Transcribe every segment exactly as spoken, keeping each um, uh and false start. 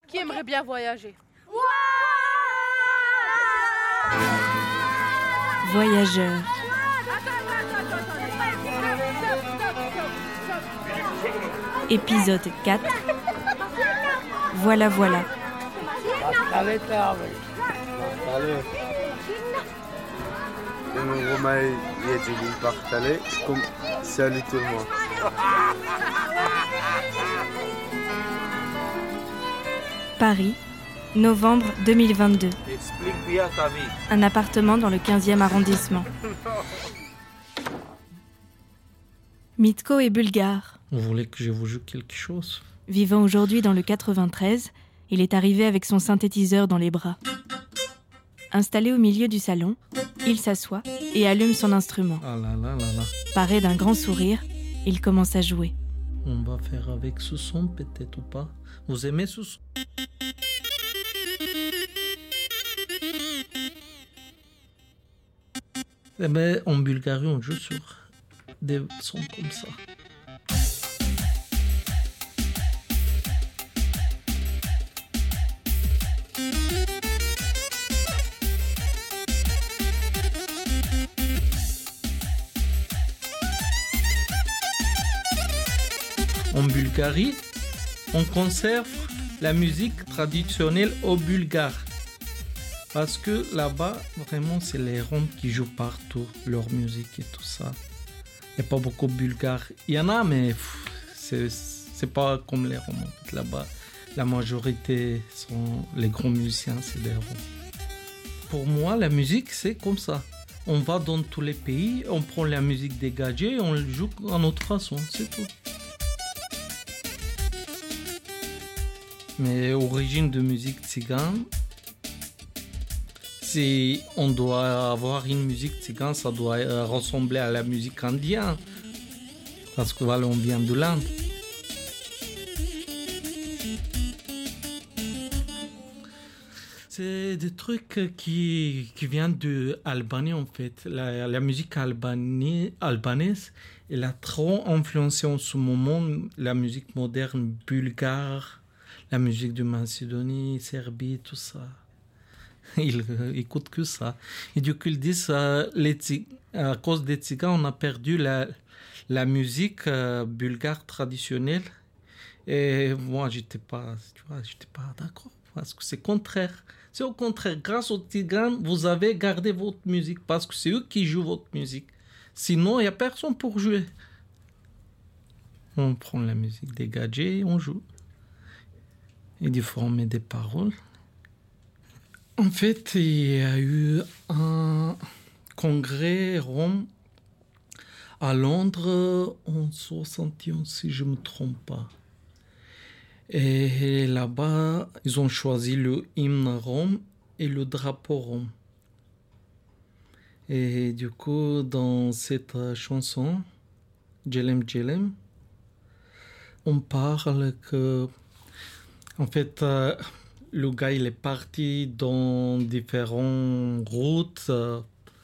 Qui aimerait bien voyager? Voyageurs. Épisode quatre. Voilà, voilà. Salut tout le monde. Paris, novembre deux mille vingt-deux. Explique bien ta vie. Un appartement dans le quinzième arrondissement. Mitko est bulgare. Vous voulez que je vous joue quelque chose? Vivant aujourd'hui dans le quatre-vingt-treize, il est arrivé avec son synthétiseur dans les bras. Installé au milieu du salon, il s'assoit et allume son instrument. Ah là là là là. Paré d'un grand sourire, il commence à jouer. On va faire avec ce son peut-être ou pas? Vous aimez ce son? Eh ben, en Bulgarie, on joue sur des sons comme ça. En Bulgarie, on conserve la musique traditionnelle au bulgare. Parce que là-bas, vraiment, c'est les Roms qui jouent partout leur musique et tout ça. Il n'y a pas beaucoup de Bulgares. Il y en a, mais pff, c'est, c'est pas comme les Roms. En fait, là-bas, la majorité sont les grands musiciens, c'est les Roms. Pour moi, la musique, c'est comme ça. On va dans tous les pays, on prend la musique dégagée et on le joue à notre façon, c'est tout. Mais origine de musique tzigane, si on doit avoir une musique tzigane, ça doit euh, ressembler à la musique indienne. Parce que voilà, on vient de l'Inde. C'est des trucs qui, qui viennent de Albanie en fait. La, la musique albanie, albanaise, elle a trop influencé en ce moment la musique moderne bulgare. La musique de Macédonie, Serbie, tout ça. Ils euh, écoutent que ça. Et du coup, ils disent, euh, les tig- à cause des Tziganes, on a perdu la, la musique euh, bulgare traditionnelle. Et moi, j'étais pas, tu vois, j'étais pas d'accord. Parce que c'est contraire. C'est au contraire. Grâce aux Tziganes, vous avez gardé votre musique. Parce que c'est eux qui jouent votre musique. Sinon, il n'y a personne pour jouer. On prend la musique dégagée et on joue. Et de former des paroles. En fait, il y a eu un congrès Rome à Londres en soixante et onze, si je ne me trompe pas. Et là-bas, ils ont choisi le hymne Rome et le drapeau Rome. Et du coup, dans cette chanson, Djelem Djelem, on parle que en fait, euh, le gars, il est parti dans différentes routes euh,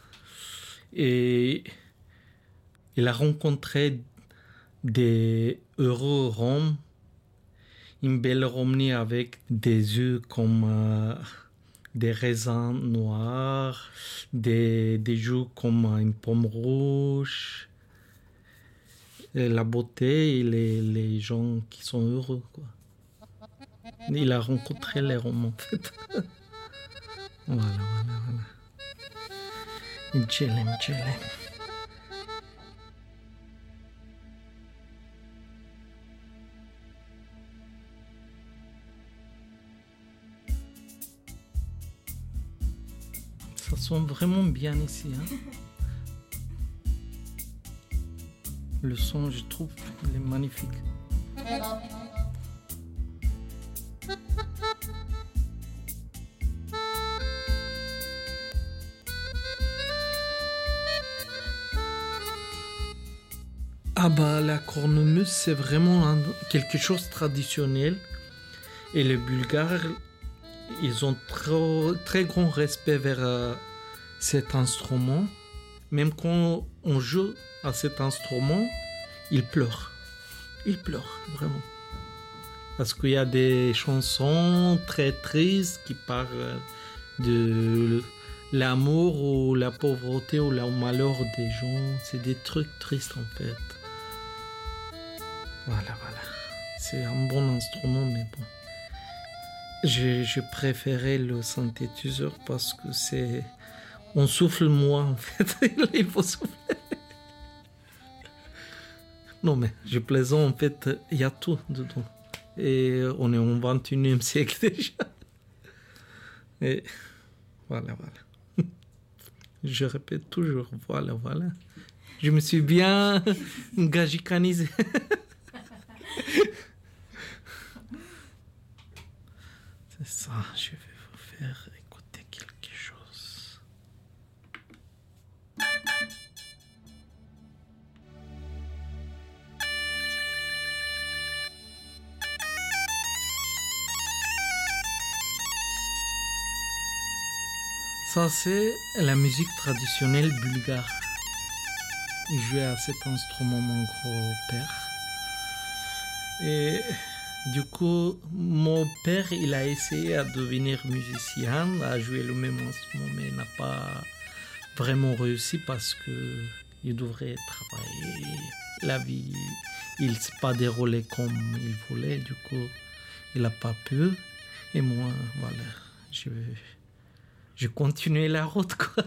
et il a rencontré des heureux Roms, une belle Romnie avec des yeux comme euh, des raisins noirs, des, des joues comme une pomme rouge, et la beauté et les, les gens qui sont heureux, quoi. Il a rencontré les Roms, en fait. Voilà, voilà, voilà. Djelem, Djelem. Ça sonne vraiment bien ici, hein. Le son, je trouve, il est magnifique. Ah bah la cornemuse c'est vraiment un, quelque chose de traditionnel et les Bulgares ils ont trop, très grand respect vers euh, cet instrument. Même quand on joue à cet instrument, ils pleurent. Ils pleurent vraiment. Parce qu'il y a des chansons très tristes qui parlent de l'amour ou la pauvreté ou le malheur des gens. C'est des trucs tristes en fait. Voilà, voilà. C'est un bon instrument, mais bon. Je, je préférais le synthétiseur parce que c'est... On souffle moins en fait. Il faut souffler. Non mais je plaisante, en fait, il y a tout dedans. Et on est au vingt et unième siècle déjà. Et voilà, voilà. Je répète toujours, voilà, voilà. Je me suis bien gagicanisé. C'est ça, je vais vous faire écouter quelque chose. Ça, c'est la musique traditionnelle bulgare. Il jouait à cet instrument mon grand-père. Et du coup, mon père, il a essayé à devenir musicien, à jouer le même instrument, mais il n'a pas vraiment réussi parce que il devrait travailler. La vie, il ne s'est pas déroulé comme il voulait. Du coup, il n'a pas pu. Et moi, voilà, je J'ai continué la route, quoi.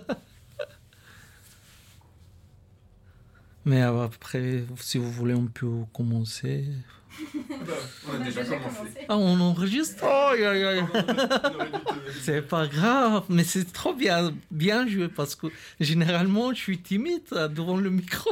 Mais après, si vous voulez, on peut commencer. On a déjà commencé. Ah, on enregistre? Oh, aïe, aïe, aïe. C'est pas grave, mais c'est trop bien, bien joué parce que généralement, je suis timide devant le micro.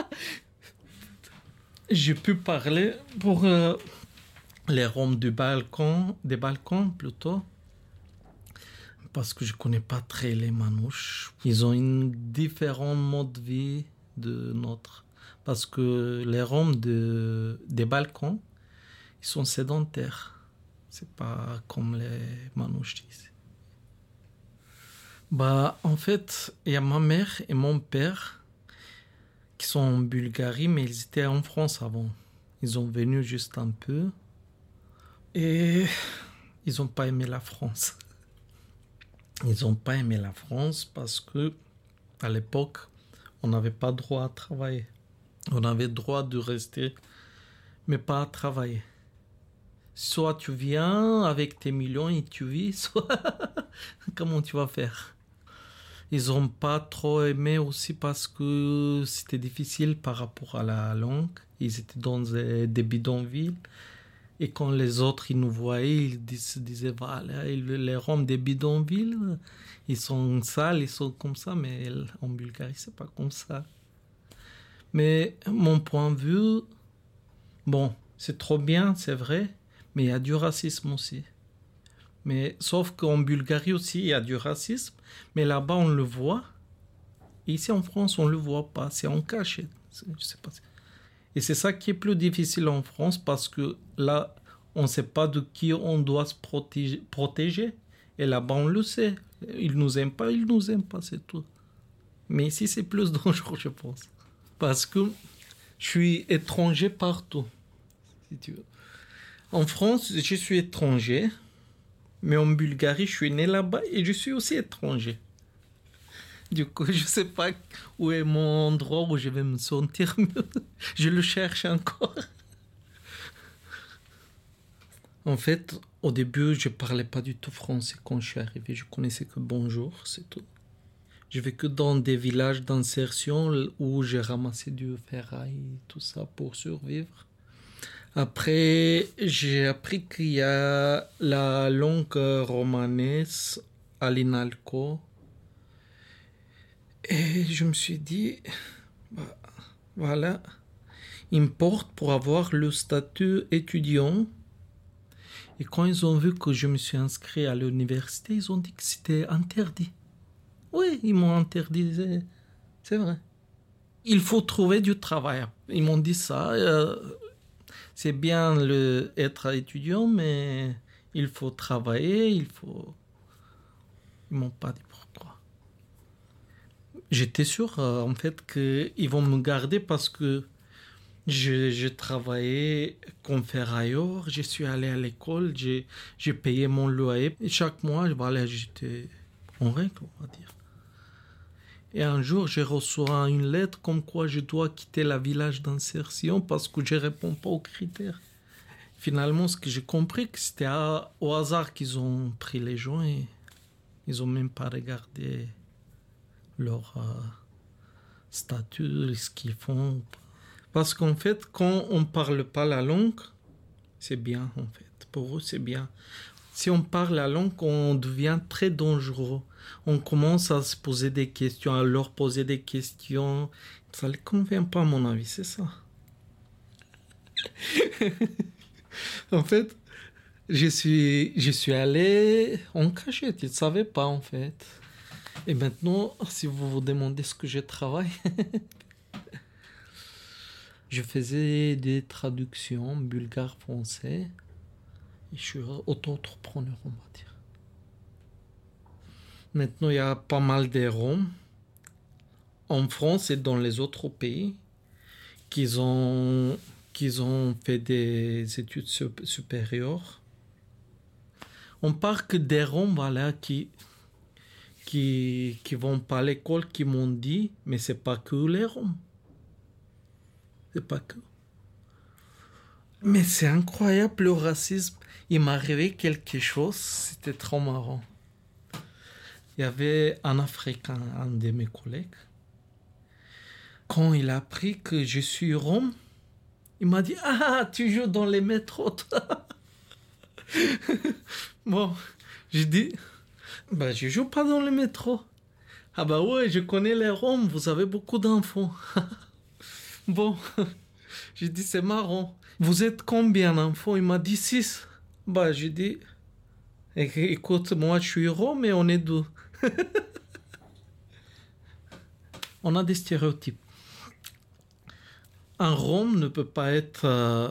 Je peux parler pour euh, les Roms du balcon, des balcons plutôt. Parce que je ne connais pas très les Manouches. Ils ont une différent mode de vie de notre. Parce que les Roms de, des Balkans, ils sont sédentaires. C'est pas comme les Manouches ici. Bah, en fait, il y a ma mère et mon père qui sont en Bulgarie, mais ils étaient en France avant. Ils sont venus juste un peu. Et ils n'ont pas aimé la France. Ils n'ont pas aimé la France parce que à l'époque, on n'avait pas droit à travailler. On avait droit de rester, mais pas à travailler. Soit tu viens avec tes millions et tu vis, soit comment tu vas faire? Ils n'ont pas trop aimé aussi parce que c'était difficile par rapport à la langue. Ils étaient dans des, des bidonvilles. Et quand les autres ils nous voyaient, ils se disaient, voilà, les Roms des bidonvilles, ils sont sales, ils sont comme ça, mais en Bulgarie, c'est pas comme ça. Mais mon point de vue, bon, c'est trop bien, c'est vrai, mais il y a du racisme aussi. Mais sauf qu'en Bulgarie aussi, il y a du racisme, mais là-bas, on le voit. Et ici, en France, on le voit pas, c'est en cachette. Je sais pas. Et c'est ça qui est plus difficile en France parce que là, on ne sait pas de qui on doit se protéger. protéger. Et là-bas, on le sait. Ils ne nous aiment pas, ils ne nous aiment pas, c'est tout. Mais ici, c'est plus dangereux, je pense. Parce que je suis étranger partout, si tu veux. En France, je suis étranger. Mais en Bulgarie, je suis né là-bas et je suis aussi étranger. Du coup, je ne sais pas où est mon endroit où je vais me sentir mieux. Je le cherche encore. En fait, au début, je ne parlais pas du tout français quand je suis arrivé. Je connaissais que bonjour, c'est tout. Je vais que dans des villages d'insertion où j'ai ramassé du ferraille et tout ça pour survivre. Après, j'ai appris qu'il y a la langue romanaise à l'INALCO. Et je me suis dit, bah, voilà, ils me portent pour avoir le statut étudiant. Et quand ils ont vu que je me suis inscrit à l'université, ils ont dit que c'était interdit. Oui, ils m'ont interdit, c'est, c'est vrai. Il faut trouver du travail. Ils m'ont dit ça. Euh, c'est bien le, être étudiant, mais il faut travailler, il faut... Ils m'ont pas dit pourquoi. J'étais sûr, euh, en fait, qu'ils vont me garder parce que Je, je travaillais comme ferrailleur, je suis allé à l'école, j'ai, j'ai payé mon loyer. Et chaque mois, voilà, j'étais en règle, on va dire. Et un jour, j'ai reçu une lettre comme quoi je dois quitter le village d'insertion parce que je ne réponds pas aux critères. Finalement, ce que j'ai compris, que c'était à, au hasard qu'ils ont pris les gens et ils n'ont même pas regardé leur euh, statut, ce qu'ils font. Parce qu'en fait, quand on ne parle pas la langue, c'est bien en fait. Pour eux, c'est bien. Si on parle la langue, on devient très dangereux. On commence à se poser des questions, à leur poser des questions. Ça ne les convient pas, à mon avis, c'est ça. En fait, je suis, je suis allé en cachette. Ils ne savaient pas, en fait. Et maintenant, si vous vous demandez ce que je travaille, je faisais des traductions bulgare-français. Et je suis auto-entrepreneur, on va dire. Maintenant, il y a pas mal de Roms en France et dans les autres pays qui ont, qui ont fait des études supérieures. On parle que des Roms, voilà, qui, qui, qui vont pas à l'école, qui m'ont dit, mais c'est pas que les Roms. C'est pas que. Mais c'est incroyable le racisme. Il m'est arrivé quelque chose, c'était trop marrant. Il y avait un Africain, un de mes collègues. Quand il a appris que je suis Rome, il m'a dit « Ah, tu joues dans les métros, toi !» Bon, j'ai dit « Bah, je joue pas dans les métros. »« Ah bah ouais, je connais les Roms, vous avez beaucoup d'enfants. » Bon, j'ai dit « C'est marrant. Vous êtes combien d'enfants ?» Il m'a dit « Six. » Bah, j'ai dit « Écoute, moi, je suis Rome et on est deux. » On a des stéréotypes. Un Rome ne peut pas être euh,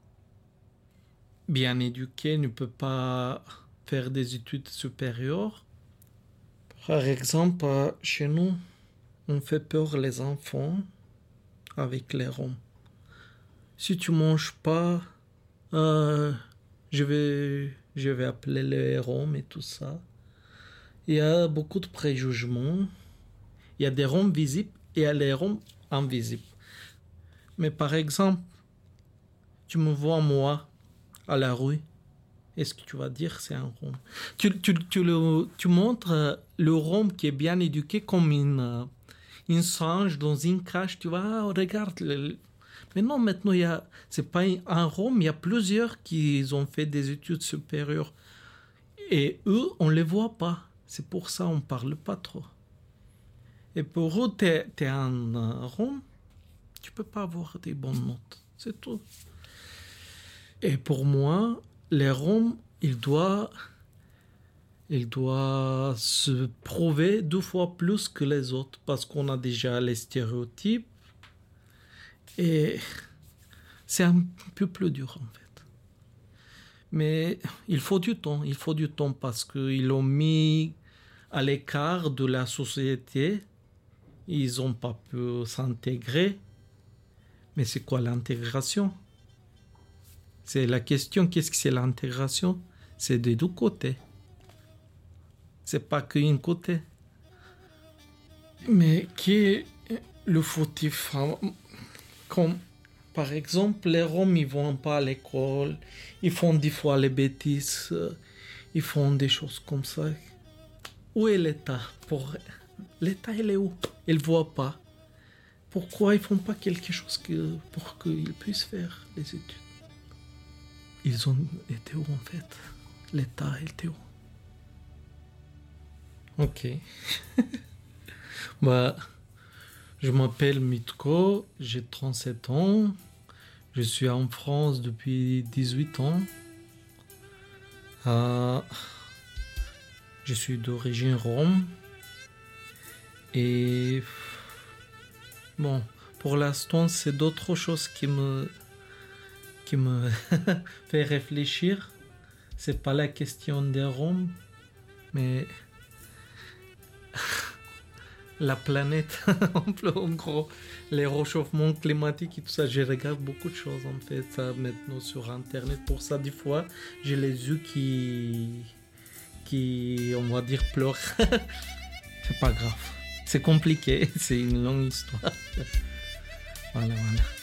bien éduqué, ne peut pas faire des études supérieures. Par exemple, euh, chez nous, on fait peur les enfants avec les Roms. Si tu manges pas, euh, je vais, je vais appeler les Roms et tout ça. Il y a beaucoup de préjugements. Il y a des Roms visibles et il y a les Roms invisibles. Mais par exemple, tu me vois moi à la rue, est-ce que tu vas dire c'est un Rom? Tu, tu, tu, le, tu montres le Rom qui est bien éduqué comme une, une singe dans une cage, tu vas, oh, regarde. Le... Mais non, maintenant, il y a, c'est pas un Rom, il y a plusieurs qui ont fait des études supérieures. Et eux, on ne les voit pas. C'est pour ça qu'on ne parle pas trop. Et pour eux, tu es un euh, Rom, tu ne peux pas avoir des bonnes notes. C'est tout. Et pour moi, les Roms, ils doivent, ils doivent se prouver deux fois plus que les autres parce qu'on a déjà les stéréotypes et c'est un peu plus dur en fait. Mais il faut du temps, il faut du temps parce qu'ils l'ont mis à l'écart de la société, ils n'ont pas pu s'intégrer. Mais c'est quoi l'intégration? C'est la question, qu'est-ce que c'est l'intégration? C'est des deux côtés. C'est pas qu'un côté. Mais qui est le fautif? Comme, par exemple, les Roms, ils vont pas à l'école, ils font des fois les bêtises, ils font des choses comme ça. Où est l'État? Pour... L'État, il est où? Il ne voit pas. Pourquoi ils ne font pas quelque chose que, pour qu'ils puissent faire les études? Ils ont été où en fait? L'État était où? Ok. Bah, je m'appelle Mitko, j'ai trente-sept ans. Je suis en France depuis dix-huit ans. Euh, je suis d'origine Rome. Et bon, pour l'instant, c'est d'autres choses qui me, qui me fait réfléchir. C'est pas la question des Roms, mais la planète, en gros, les réchauffements climatiques et tout ça. Je regarde beaucoup de choses en fait ça, maintenant sur Internet. Pour ça, des fois, j'ai les yeux qui, qui on va dire, pleurent. C'est pas grave. C'est compliqué, c'est une longue histoire. Voilà, voilà.